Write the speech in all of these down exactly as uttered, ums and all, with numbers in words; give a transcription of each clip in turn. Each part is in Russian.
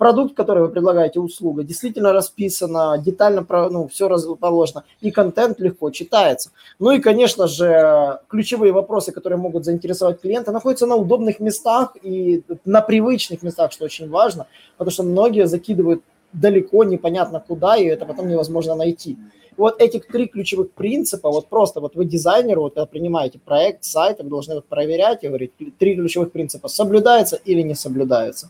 продукт, который вы предлагаете, услуга, действительно расписано, детально, ну, все расположено, и контент легко читается. Ну и, конечно же, ключевые вопросы, которые могут заинтересовать клиента, находятся на удобных местах и на привычных местах, что очень важно, потому что многие закидывают далеко, непонятно куда, и это потом невозможно найти. Вот эти три ключевых принципа, вот просто вот вы дизайнер, вот когда принимаете проект, сайт, вы должны вот проверять и говорить, три ключевых принципа соблюдаются или не соблюдаются.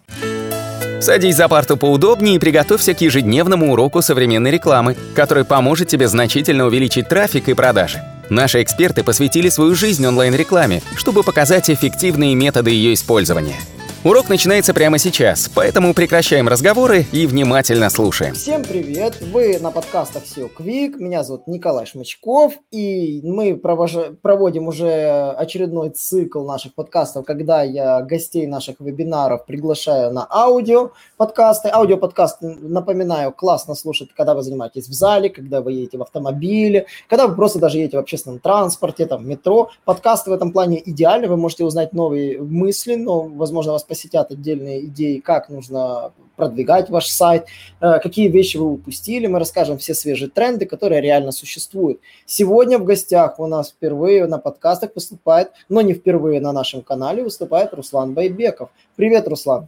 Садись за парту поудобнее и приготовься к ежедневному уроку современной рекламы, который поможет тебе значительно увеличить трафик и продажи. Наши эксперты посвятили свою жизнь онлайн-рекламе, чтобы показать эффективные методы ее использования. Урок начинается прямо сейчас, поэтому прекращаем разговоры и внимательно слушаем. Всем привет! Вы на подкастах эс и о Quick. Меня зовут Николай Шмычков, и мы провож... проводим уже очередной цикл наших подкастов, когда я гостей наших вебинаров приглашаю на аудио подкасты. Аудиоподкасты, напоминаю, классно слушать, когда вы занимаетесь в зале, когда вы едете в автомобиле, когда вы просто даже едете в общественном транспорте, там, в метро. Подкасты в этом плане идеальны, вы можете узнать новые мысли, но, возможно, вас посетят отдельные идеи, как нужно продвигать ваш сайт, какие вещи вы упустили. Мы расскажем все свежие тренды, которые реально существуют. Сегодня в гостях у нас впервые на подкастах выступает, но не впервые на нашем канале, выступает Руслан Байбеков. Привет, Руслан.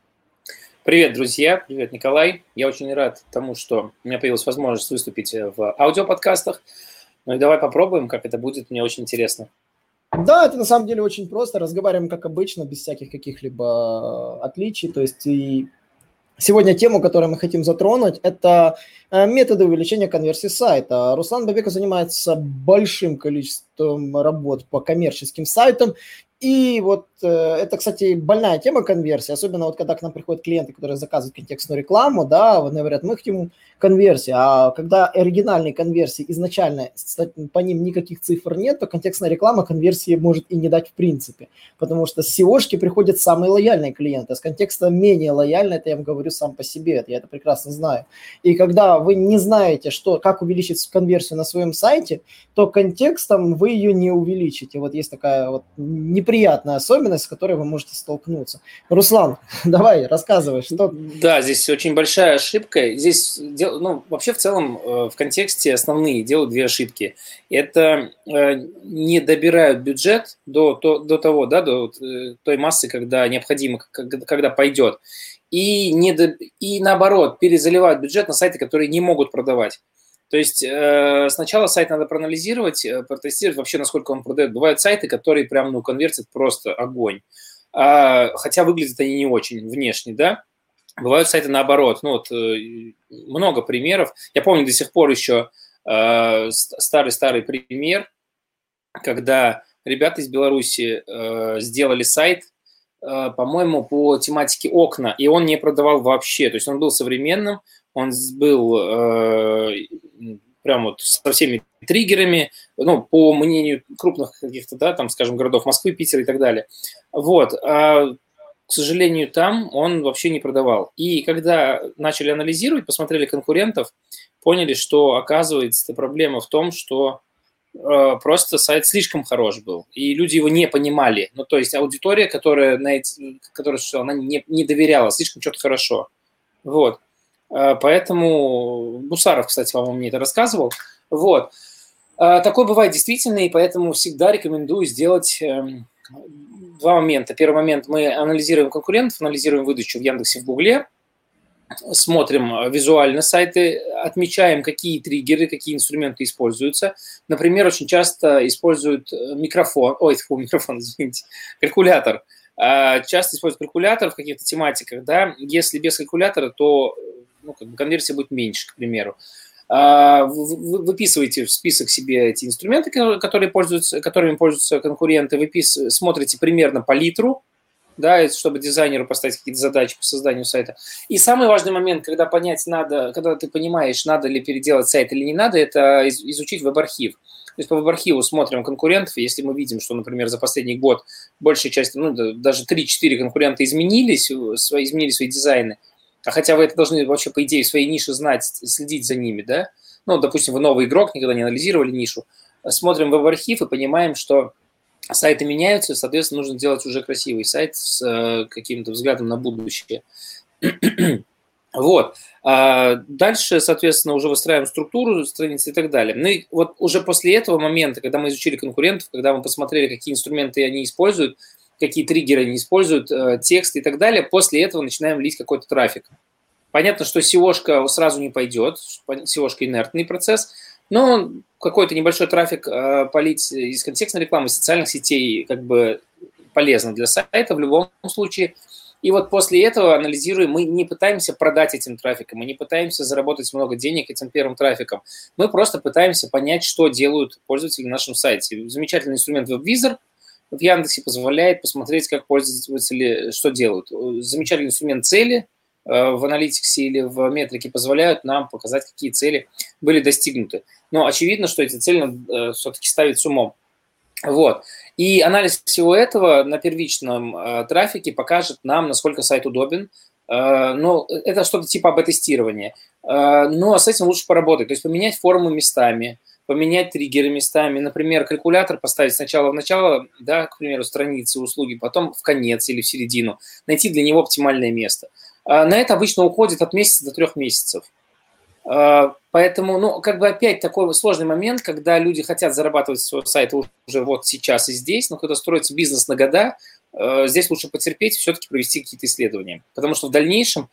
Привет, друзья. Привет, Николай. Я очень рад тому, что у меня появилась возможность выступить в аудиоподкастах. Ну и давай попробуем, как это будет. Мне очень интересно. Да, это на самом деле очень просто. Разговариваем как обычно, без всяких каких-либо отличий. То есть и сегодня тему, которую мы хотим затронуть, это методы увеличения конверсии сайта. Руслан Байбеков занимается большим количеством работ по коммерческим сайтам. И вот э, это, кстати, больная тема конверсии, особенно вот когда к нам приходят клиенты, которые заказывают контекстную рекламу, да, вот говорят, мы хотим конверсии, а когда оригинальные конверсии изначально по ним никаких цифр нет, то контекстная реклама конверсии может и не дать в принципе, потому что с эс и о-шки приходят самые лояльные клиенты, а с контекста менее лояльные, это я вам говорю сам по себе, это я это прекрасно знаю. И когда вы не знаете, что, как увеличить конверсию на своем сайте, то контекстом вы ее не увеличите. Вот есть такая вот неприятная особенность, с которой вы можете столкнуться. Руслан, давай, рассказывай, что... Да, здесь очень большая ошибка. Здесь, ну, вообще в целом в контексте основные делают две ошибки. Это не добирают бюджет до, до, до того, да, до той массы, когда необходимо, когда пойдет. И, не до, и наоборот, перезаливают бюджет на сайты, которые не могут продавать. То есть э, сначала сайт надо проанализировать, э, протестировать вообще, насколько он продает. Бывают сайты, которые прям, ну, конвертят просто огонь. А, хотя выглядят они не очень внешне, да. Бывают сайты наоборот. Ну, вот э, много примеров. Я помню до сих пор еще э, старый-старый пример, когда ребята из Беларуси э, сделали сайт, э, по-моему, по тематике окна, и он не продавал вообще. То есть он был современным, он был э, прям вот со всеми триггерами, ну, по мнению крупных каких-то, да, там, скажем, городов Москвы, Питера и так далее. Вот. А, к сожалению, там он вообще не продавал. И когда начали анализировать, посмотрели конкурентов, поняли, что, оказывается, проблема в том, что э, просто сайт слишком хорош был, и люди его не понимали. Ну, то есть аудитория, которая, на эти, которая она не, не доверяла, слишком что-то хорошо. Вот. Поэтому Бусаров, кстати, по-моему, мне это рассказывал. Вот. Такое бывает действительно, и поэтому всегда рекомендую сделать два момента. Первый момент – мы анализируем конкурентов, анализируем выдачу в Яндексе, в Гугле, смотрим визуально сайты, отмечаем, какие триггеры, какие инструменты используются. Например, очень часто используют микрофон, ой, фу, микрофон, извините, калькулятор. Часто используют калькулятор в каких-то тематиках, да. Если без калькулятора, то ну, как бы конверсия будет меньше, к примеру. Вы выписываете в список себе эти инструменты, которые пользуются, которыми пользуются конкуренты, выпис... смотрите примерно по литру, да, чтобы дизайнеру поставить какие-то задачи по созданию сайта. И самый важный момент, когда понять надо, когда ты понимаешь, надо ли переделать сайт или не надо, это изучить веб-архив. То есть по веб-архиву смотрим конкурентов, если мы видим, что, например, за последний год большая часть, ну, даже три-четыре конкурента изменились, свои, изменили свои дизайны, а хотя вы это должны вообще, по идее, в своей нише знать, следить за ними, да? Ну, допустим, вы новый игрок, никогда не анализировали нишу. Смотрим веб-архив и понимаем, что сайты меняются, соответственно, нужно делать уже красивый сайт с каким-то взглядом на будущее. Вот. А дальше, соответственно, уже выстраиваем структуру страницы и так далее. Ну и вот уже после этого момента, когда мы изучили конкурентов, когда мы посмотрели, какие инструменты они используют, какие триггеры они используют, текст и так далее, после этого начинаем лить какой-то трафик. Понятно, что сеошка сразу не пойдет, сеошка инертный процесс, но какой-то небольшой трафик полить из контекстной рекламы, из социальных сетей как бы полезно для сайта в любом случае. И вот после этого, анализируем, мы не пытаемся продать этим трафиком, мы не пытаемся заработать много денег этим первым трафиком. Мы просто пытаемся понять, что делают пользователи на нашем сайте. Замечательный инструмент WebVisor в Яндексе позволяет посмотреть, как пользователи что делают. Замечательный инструмент цели в аналитиксе или в метрике позволяют нам показать, какие цели были достигнуты. Но очевидно, что эти цели надо все-таки ставить с умом. Вот. И анализ всего этого на первичном э, трафике покажет нам, насколько сайт удобен. Э, но это что-то типа эй би тестирования. Э, но с этим лучше поработать. То есть поменять форму местами, поменять триггеры местами. Например, калькулятор поставить сначала в начало, да, к примеру, страницы услуги, потом в конец или в середину. Найти для него оптимальное место. Э, на это обычно уходит от месяца до трех месяцев. Поэтому, ну, как бы опять такой сложный момент, когда люди хотят зарабатывать с своего сайта уже вот сейчас и здесь, но когда строится бизнес на года, здесь лучше потерпеть, все-таки провести какие-то исследования. Потому что в дальнейшем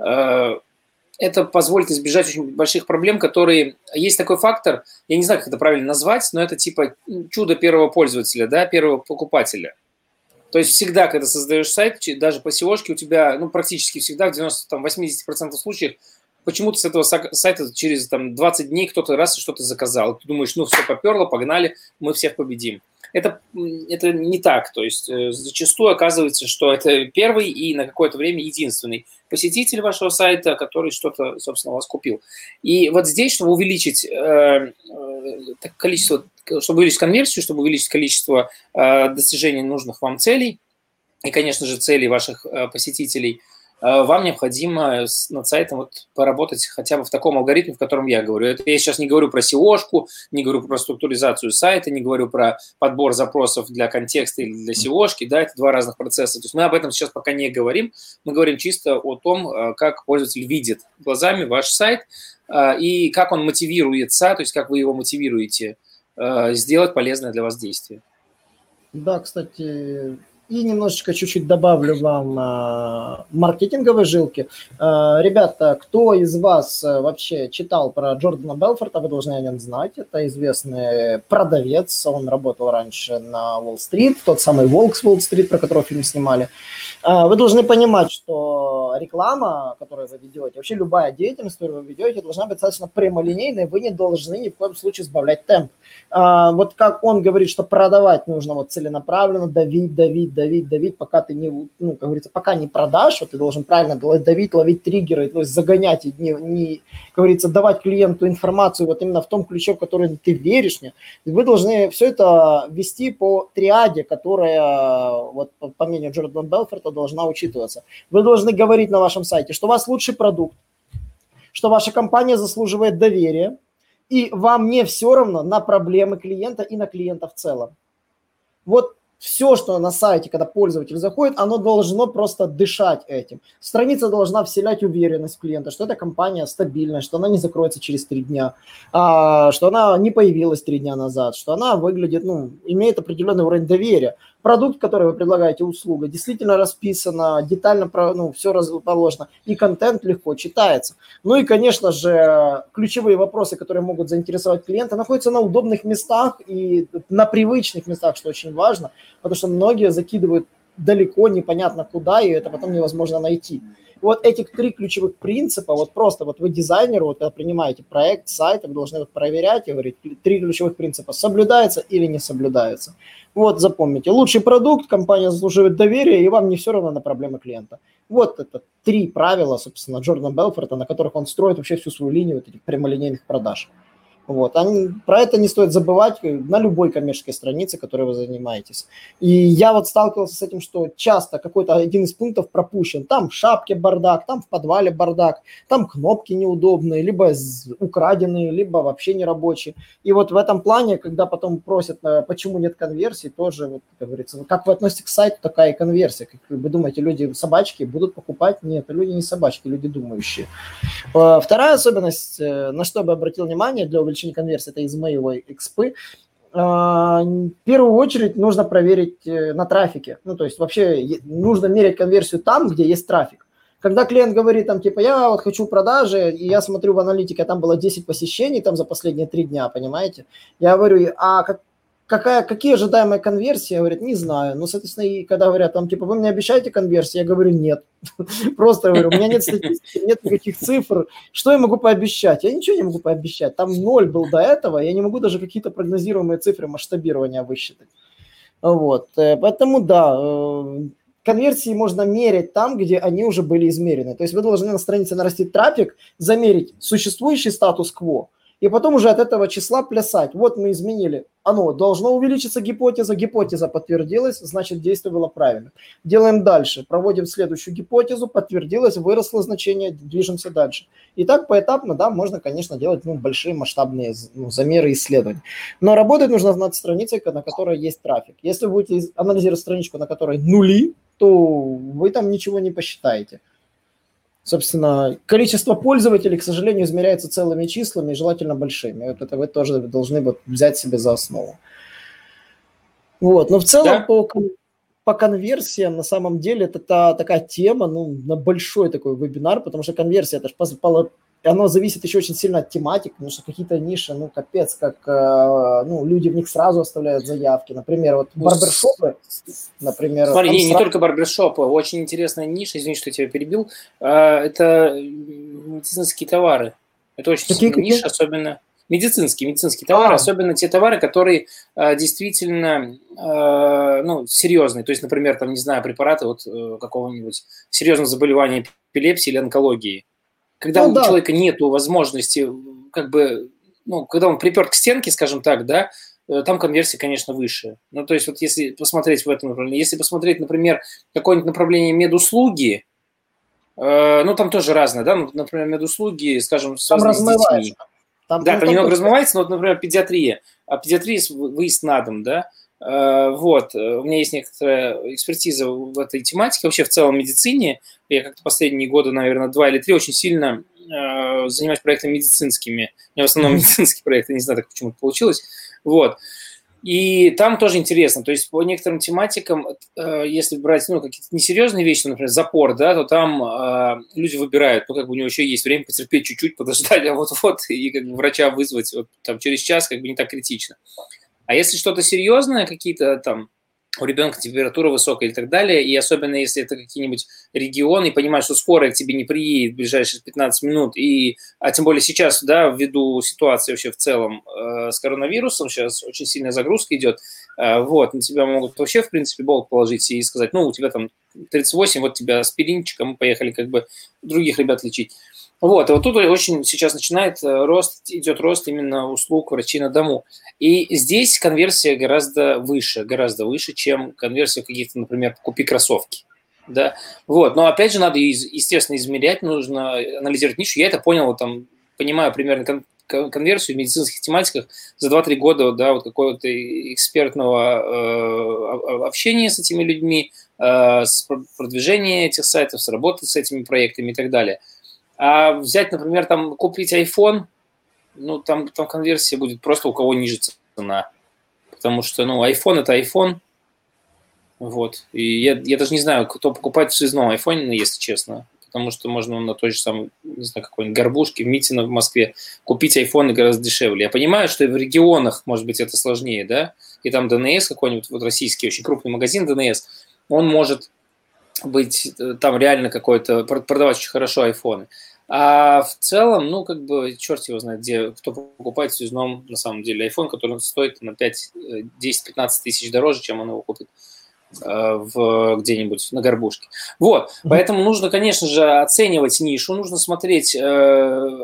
это позволит избежать очень больших проблем, которые... Есть такой фактор, я не знаю, как это правильно назвать, но это типа чудо первого пользователя, да, первого покупателя. То есть всегда, когда создаешь сайт, даже по сеошке у тебя, ну, практически всегда в девяноста-восьмидесяти процентах случаев почему-то с этого сайта через там, двадцать дней кто-то раз что-то заказал. Ты думаешь, ну все, поперло, погнали, мы всех победим. Это, это не так. То есть зачастую оказывается, что это первый и на какое-то время единственный посетитель вашего сайта, который что-то, собственно, у вас купил. И вот здесь, чтобы увеличить э, количество, чтобы увеличить конверсию, чтобы увеличить количество э, достижений нужных вам целей и, конечно же, целей ваших э, посетителей, вам необходимо над сайтом вот поработать хотя бы в таком алгоритме, в котором я говорю. Это я сейчас не говорю про сеошку, не говорю про структуризацию сайта, не говорю про подбор запросов для контекста или для сеошки. Да, это два разных процесса. То есть мы об этом сейчас пока не говорим. Мы говорим чисто о том, как пользователь видит глазами ваш сайт и как он мотивируется, то есть как вы его мотивируете сделать полезное для вас действие. Да, кстати... И немножечко чуть-чуть добавлю вам а, маркетинговой жилки. А, ребята, кто из вас а, вообще читал про Джордана Белфорта, вы должны о нем знать. Это известный продавец, он работал раньше на Уолл-стрит, тот самый Волк с Уолл-стрит, про которого фильм снимали. А, вы должны понимать, что реклама, которую вы ведете, вообще любая деятельность, которую вы ведете, должна быть достаточно прямолинейной, вы не должны ни в коем случае сбавлять темп. А, вот как он говорит, что продавать нужно вот целенаправленно, давить, давить, давить, давить, пока ты не, ну, как говорится, пока не продашь, вот ты должен правильно давить, ловить триггеры, то есть загонять и не, не, как говорится, давать клиенту информацию вот именно в том ключе, в который ты веришь. Вы должны все это вести по триаде, которая, вот по мнению Джордана Белфорта, должна учитываться. Вы должны говорить на вашем сайте, что у вас лучший продукт, что ваша компания заслуживает доверия, и вам не все равно на проблемы клиента и на клиента в целом. Вот все, что на сайте, когда пользователь заходит, оно должно просто дышать этим. Страница должна вселять уверенность в клиента, что эта компания стабильная, что она не закроется через три дня, что она не появилась три дня назад, что она выглядит, ну, имеет определенный уровень доверия. Продукт, который вы предлагаете, услуга, действительно расписано, детально, ну, все расположено, и контент легко читается. Ну и, конечно же, ключевые вопросы, которые могут заинтересовать клиента, находятся на удобных местах и на привычных местах, что очень важно, потому что многие закидывают далеко, непонятно куда, и это потом невозможно найти. Вот эти три ключевых принципа, вот просто вот вы дизайнеру, вот когда принимаете проект, сайт, вы должны вот проверять и говорить, три ключевых принципа, соблюдаются или не соблюдаются. Вот запомните, лучший продукт, компания заслуживает доверия, и вам не все равно на проблемы клиента. Вот это три правила, собственно, Джордана Белфорта, на которых он строит вообще всю свою линию вот этих прямолинейных продаж. Вот. Они, про это не стоит забывать на любой коммерческой странице, которой вы занимаетесь. И я вот сталкивался с этим, что часто какой-то один из пунктов пропущен. Там в шапке бардак, там в подвале бардак, там кнопки неудобные, либо украденные, либо вообще не рабочие. И вот в этом плане, когда потом просят, почему нет конверсии, тоже, вот, как говорится, как вы относитесь к сайту, такая и конверсия. Как вы думаете, люди собачки будут покупать? Нет, люди не собачки, люди думающие. Вторая особенность, на что я бы обратил внимание для увеличения конверсии, это из моего экспы. В первую очередь нужно проверить на трафике. Ну, то есть вообще нужно мерять конверсию там, где есть трафик. Когда клиент говорит, там, типа, я вот хочу продажи, и я смотрю в аналитике, там было десять посещений там за последние три дня, понимаете? Я говорю, а как, какая, какие ожидаемые конверсии? Говорит, не знаю. Ну, соответственно, и когда говорят, там, типа, вы мне обещаете конверсии? Я говорю, нет. Просто говорю, у меня нет статистики, нет никаких цифр. Что я могу пообещать? Я ничего не могу пообещать. Там ноль был до этого, я не могу даже какие-то прогнозируемые цифры масштабирования высчитать. Вот. Поэтому, да, конверсии можно мерить там, где они уже были измерены. То есть вы должны на странице нарастить трафик, замерить существующий статус-кво, и потом уже от этого числа плясать. Вот мы изменили. Оно должно увеличиться гипотеза. Гипотеза подтвердилась, значит, действие было правильно. Делаем дальше. Проводим следующую гипотезу. Подтвердилось, выросло значение, движемся дальше. И так поэтапно, да, можно, конечно, делать ну, большие масштабные ну, замеры исследований. Но работать нужно над страницей, на которой есть трафик. Если вы будете анализировать страничку, на которой нули, то вы там ничего не посчитаете. Собственно, количество пользователей, к сожалению, измеряется целыми числами и желательно большими. Вот это вы тоже должны вот взять себе за основу. Вот. Но в целом да? по, по конверсиям на самом деле это та, такая тема, ну, на большой такой вебинар, потому что конверсия, это же оно зависит еще очень сильно от тематик, потому что какие-то ниши, ну, капец, как, э, ну, люди в них сразу оставляют заявки. Например, вот барбершопы, например... Смотри, не, сразу... не только барбершопы, очень интересная ниша, извини, что я тебя перебил, э, это медицинские товары. Это очень какие, сильная ниша, особенно... Медицинские, медицинские товары, а. особенно те товары, которые э, действительно э, ну, серьезные. То есть, например, там, не знаю, препараты вот, э, какого-нибудь серьезного заболевания эпилепсии или онкологии. Когда ну, у да. человека нет возможности, как бы, ну, когда он приперт к стенке, скажем так, да, там конверсия, конечно, выше. Ну, то есть, вот если посмотреть в этом направлении, если посмотреть, например, какое-нибудь направление медуслуги, э, ну, там тоже разное, да, например, медуслуги, скажем, связанные с детьми. Там, да, там немного тоже... размывается, но вот, например, педиатрия. А педиатрия – выезд на дом, да. Вот, у меня есть некоторая экспертиза в этой тематике, вообще в целом медицине. Я как-то последние годы, наверное, два или три очень сильно э, занимаюсь проектами медицинскими. У меня в основном медицинские проекты, не знаю, так почему это получилось. Вот. И там тоже интересно, то есть по некоторым тематикам, э, если брать ну, какие-то несерьезные вещи, например, запор, да, то там э, люди выбирают, ну, как бы у него еще есть время потерпеть чуть-чуть, подождать, а вот-вот, и как бы врача вызвать вот, там, через час, как бы не так критично. А если что-то серьезное, какие-то там у ребенка температура высокая и так далее, и особенно если это какие-нибудь регионы, и понимаешь, что скорая к тебе не приедет в ближайшие пятнадцать минут, и, а тем более сейчас, да, ввиду ситуации вообще в целом э, с коронавирусом, сейчас очень сильная загрузка идет, э, вот, на тебя могут вообще, в принципе, болт положить и сказать, ну, у тебя там тридцать восемь, вот тебя аспиринчиком, мы поехали как бы других ребят лечить. Вот, и вот тут очень сейчас начинает рост, идет рост именно услуг врачей на дому. И здесь конверсия гораздо выше, гораздо выше, чем конверсия каких-то, например, «купи кроссовки». Да? Вот, но опять же надо, естественно, измерять, нужно анализировать нишу. Я это понял, там, понимаю примерно кон- конверсию в медицинских тематиках за два-три года, да, вот какого-то экспертного э, общения с этими людьми, э, с продвижением этих сайтов, с работой с этими проектами и так далее. А взять, например, там, купить iPhone, ну, там, там конверсия будет просто у кого ниже цена. Потому что, ну, iPhone – это iPhone. Вот. И я, я даже не знаю, кто покупает в связном iPhone, если честно. Потому что можно на той же самой, не знаю, какой-нибудь горбушке в Митино в Москве купить iPhone гораздо дешевле. Я понимаю, что и в регионах, может быть, это сложнее, да? И там ди эн эс какой-нибудь, вот российский очень крупный магазин ди эн эс, он может быть там реально какой-то, продавать очень хорошо айфоны. А в целом, ну, как бы, черт его знает, где, кто покупает в связном, на самом деле, iPhone, который стоит на пять, десять, пятнадцать тысяч дороже, чем он его купит э, в, где-нибудь на горбушке. Вот, mm-hmm. Поэтому нужно, конечно же, оценивать нишу, нужно смотреть, э,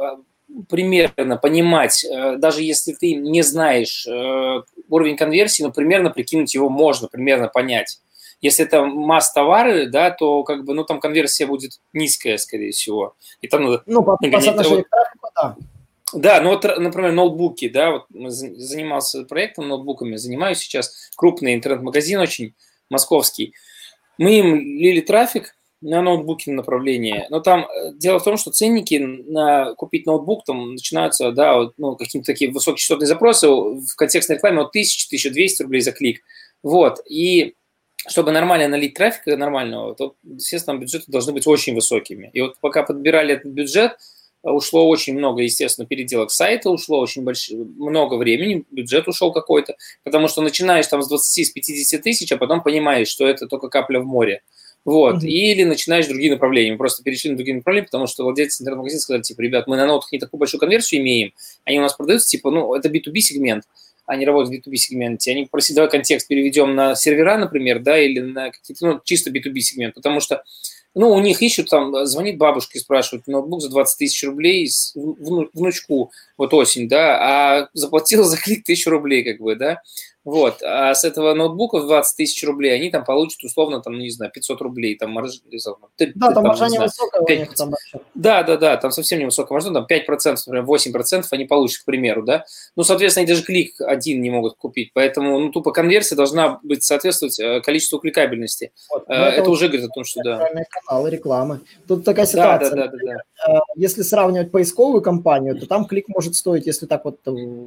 примерно понимать, даже если ты не знаешь уровень конверсии, но примерно прикинуть его можно, примерно понять. Если это масс-товары, да, то как бы, ну, там конверсия будет низкая, скорее всего. И там надо ну, по, по соотношению к трафику, да. Да, ну вот, например, ноутбуки, да, вот занимался проектом ноутбуками, занимаюсь сейчас, крупный интернет-магазин очень, московский. Мы им лили трафик на ноутбуки на направление, но там дело в том, что ценники на купить ноутбук там начинаются, да, вот, ну, какие-то такие высокочастотные запросы в контекстной рекламе от тысячи — тысяча двести рублей за клик. Вот, и чтобы нормально налить трафика нормального, то, естественно, бюджеты должны быть очень высокими. И вот пока подбирали этот бюджет, ушло очень много, естественно, переделок сайта, ушло очень больш... много времени, бюджет ушел какой-то, потому что начинаешь там с двадцати, с пятидесяти тысяч, а потом понимаешь, что это только капля в море. Вот. Mm-hmm. Или начинаешь другие направления. Мы просто перешли на другие направления, потому что владельцы интернет-магазина сказали, типа, ребят, мы на ноутах не такую большую конверсию имеем, они у нас продаются, типа, ну, это би ту би сегмент, они работают в би ту би сегменте. Они просили, давай контекст переведем на сервера, например, да, или на какие-то, ну, чисто би ту би сегмент, потому что ну, у них ищут, там, звонит бабушка и спрашивает, ноутбук за двадцать тысяч рублей, внучку, вот осень, да, а заплатила за клик тысячу рублей, как бы, да, вот, а с этого ноутбука в двадцать тысяч рублей они там получат, условно, там, ну, не знаю, пятьсот рублей, там, марж... Да, там маржа невысокая у них, там, да, да, да, там совсем невысокая маржа, там пять процентов, например, восемь процентов они получат, к примеру, да, ну, соответственно, они даже клик один не могут купить, поэтому, ну, тупо конверсия должна быть соответствовать количеству кликабельности, вот, это, это уже говорит о том, что да. Каналы рекламы. Тут такая ситуация. Да, да, да, да, да. Если сравнивать поисковую кампанию, то там клик может стоить, если так вот,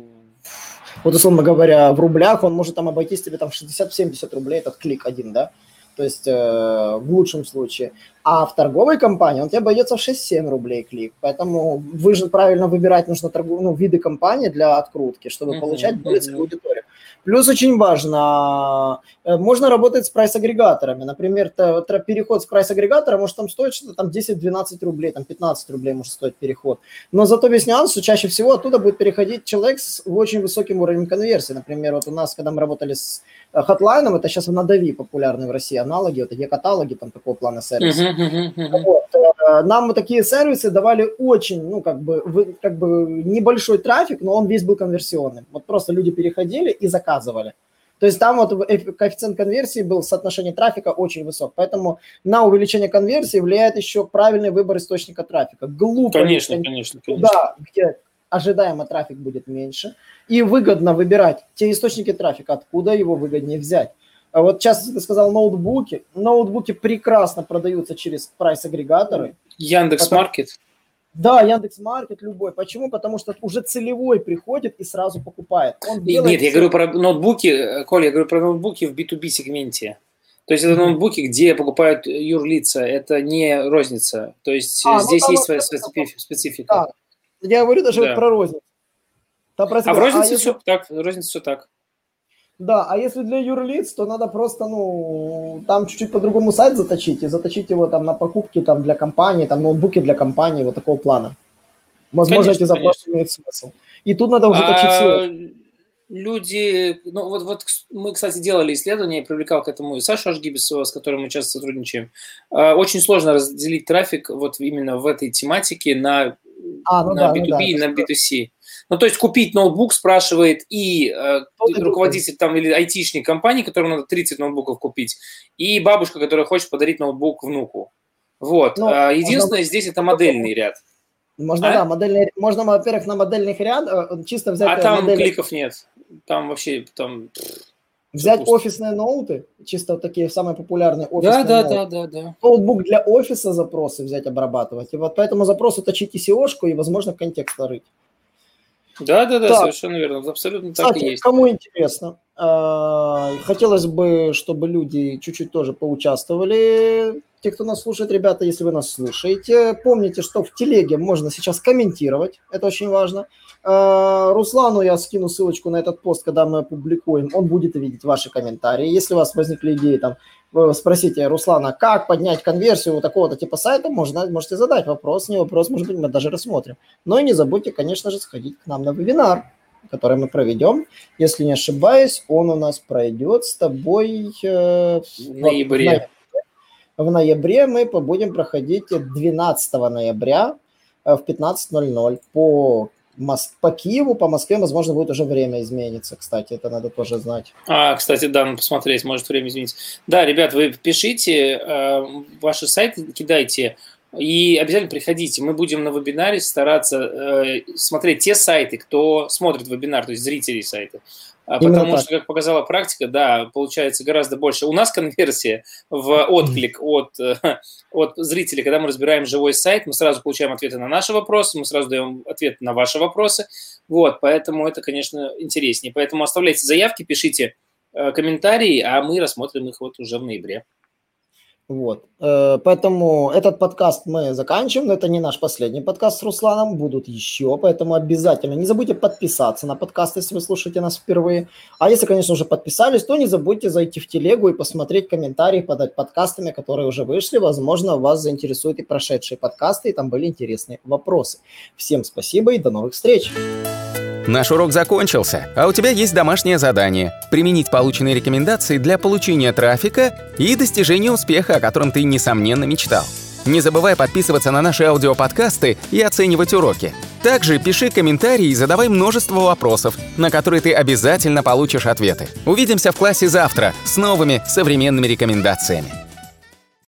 вот условно говоря, в рублях, он может там обойтись тебе там шестьдесят-семьдесят рублей этот клик один, да? То есть э, в лучшем случае. А в торговой компании он тебе обойдется в шесть-семь рублей клик. Поэтому вы же правильно выбирать нужно торгов... ну, виды компании для открутки, чтобы uh-huh, получать более целевую uh-huh. аудиторию. Плюс очень важно, можно работать с прайс-агрегаторами. Например, переход с прайс-агрегатора может там стоить что-то там десять-двенадцать рублей, там пятнадцать рублей может стоить переход. Но зато весь нюанс, что чаще всего оттуда будет переходить человек с очень высоким уровнем конверсии. Например, вот у нас, когда мы работали с Hotline, это сейчас в Надави популярны в России аналоги, вот такие каталоги там такого плана сервиса. Uh-huh, uh-huh, uh-huh. Вот. Нам вот такие сервисы давали очень, ну, как бы, как бы небольшой трафик, но он весь был конверсионным. Вот просто люди переходили и заказывали. То есть там вот коэффициент конверсии был, соотношение трафика очень высок. Поэтому на увеличение конверсии влияет еще правильный выбор источника трафика. Глупо. Конечно, если, конечно, конечно. Да, где ожидаемо трафик будет меньше. И выгодно выбирать те источники трафика, откуда его выгоднее взять. А вот часто ты сказал ноутбуки. Ноутбуки прекрасно продаются через прайс-агрегаторы. Яндекс.Маркет. Да, Яндекс.Маркет любой. Почему? Потому что уже целевой приходит и сразу покупает. Он Нет, нет, я говорю про ноутбуки, Коля, я говорю про ноутбуки в би ту би сегменте. То есть это ноутбуки, где покупают юрлица, это не розница. То есть а, здесь ну, есть своя специфика. Да. Я говорю даже да. про розницу. Там а в рознице а все если... так, в рознице все так. Да, а если для юрлиц, то надо просто, ну, там чуть-чуть по-другому сайт заточить, и заточить его там на покупки там для компании, там ноутбуки для компании вот такого плана. Возможно, конечно, эти запросы конечно. имеют смысл. И тут надо уже точить а, люди, ну, вот, вот мы, кстати, делали исследование, я привлекал к этому и Сашу Ашгибисова, с которым мы часто сотрудничаем. Очень сложно разделить трафик вот именно в этой тематике на, а, ну на да, би ту би ну да, и на би ту си. Ну, то есть купить ноутбук спрашивает и э, руководитель там или айтишник компании, которому надо тридцать ноутбуков купить, и бабушка, которая хочет подарить ноутбук внуку. Вот. Ну, а, единственное, можно... здесь это модельный ряд. Можно, а? да, модельный, можно, во-первых, на модельных ряд чисто взять... А там модельный... кликов нет. Там вообще... Там... Взять офисные ноуты, чисто такие самые популярные офисные да, ноуты. Да, да, да, да. Ноутбук для офиса запросы взять, обрабатывать. И вот по этому запросу точить и сеошку, и, возможно, контекст рыть. Да, да, да, так. Совершенно верно. Абсолютно так Кстати, и есть. Кому интересно, хотелось бы, чтобы люди чуть-чуть тоже поучаствовали. Те, кто нас слушает, ребята, если вы нас слушаете, помните, что в телеге можно сейчас комментировать. Это очень важно. Руслану я скину ссылочку на этот пост, когда мы опубликуем. Он будет видеть ваши комментарии. Если у вас возникли идеи, там, спросите Руслана, как поднять конверсию у такого-то типа сайта, можно, можете задать вопрос. Не вопрос, может быть, мы даже рассмотрим. Но и не забудьте, конечно же, сходить к нам на вебинар, который мы проведем. Если не ошибаюсь, он у нас пройдет с тобой э, в ноябре. В ноябре мы будем проходить двенадцатого ноября. в пятнадцать ноль ноль по, Мос... по Киеву, по Москве, возможно, будет уже время измениться, кстати, это надо тоже знать. А, кстати, да, надо посмотреть, может время измениться. Да, ребят, вы пишите, э, ваши сайты кидайте, и обязательно приходите. Мы будем на вебинаре стараться э, смотреть те сайты, кто смотрит вебинар, то есть зрители сайта. Потому что, как показала практика, да, получается гораздо больше. У нас конверсия в отклик от, от зрителей, когда мы разбираем живой сайт, мы сразу получаем ответы на наши вопросы, мы сразу даем ответы на ваши вопросы. Вот, поэтому это, конечно, интереснее. Поэтому оставляйте заявки, пишите э, комментарии, а мы рассмотрим их вот уже в ноябре. Вот. Поэтому этот подкаст мы заканчиваем, но это не наш последний подкаст с Русланом, будут еще, поэтому обязательно не забудьте подписаться на подкаст, если вы слушаете нас впервые. А если, конечно, уже подписались, то не забудьте зайти в телегу и посмотреть комментарии под подкастами, которые уже вышли. Возможно, вас заинтересуют и прошедшие подкасты, и там были интересные вопросы. Всем спасибо и до новых встреч! Наш урок закончился, а у тебя есть домашнее задание – применить полученные рекомендации для получения трафика и достижения успеха, о котором ты, несомненно, мечтал. Не забывай подписываться на наши аудиоподкасты и оценивать уроки. Также пиши комментарии и задавай множество вопросов, на которые ты обязательно получишь ответы. Увидимся в классе завтра с новыми современными рекомендациями.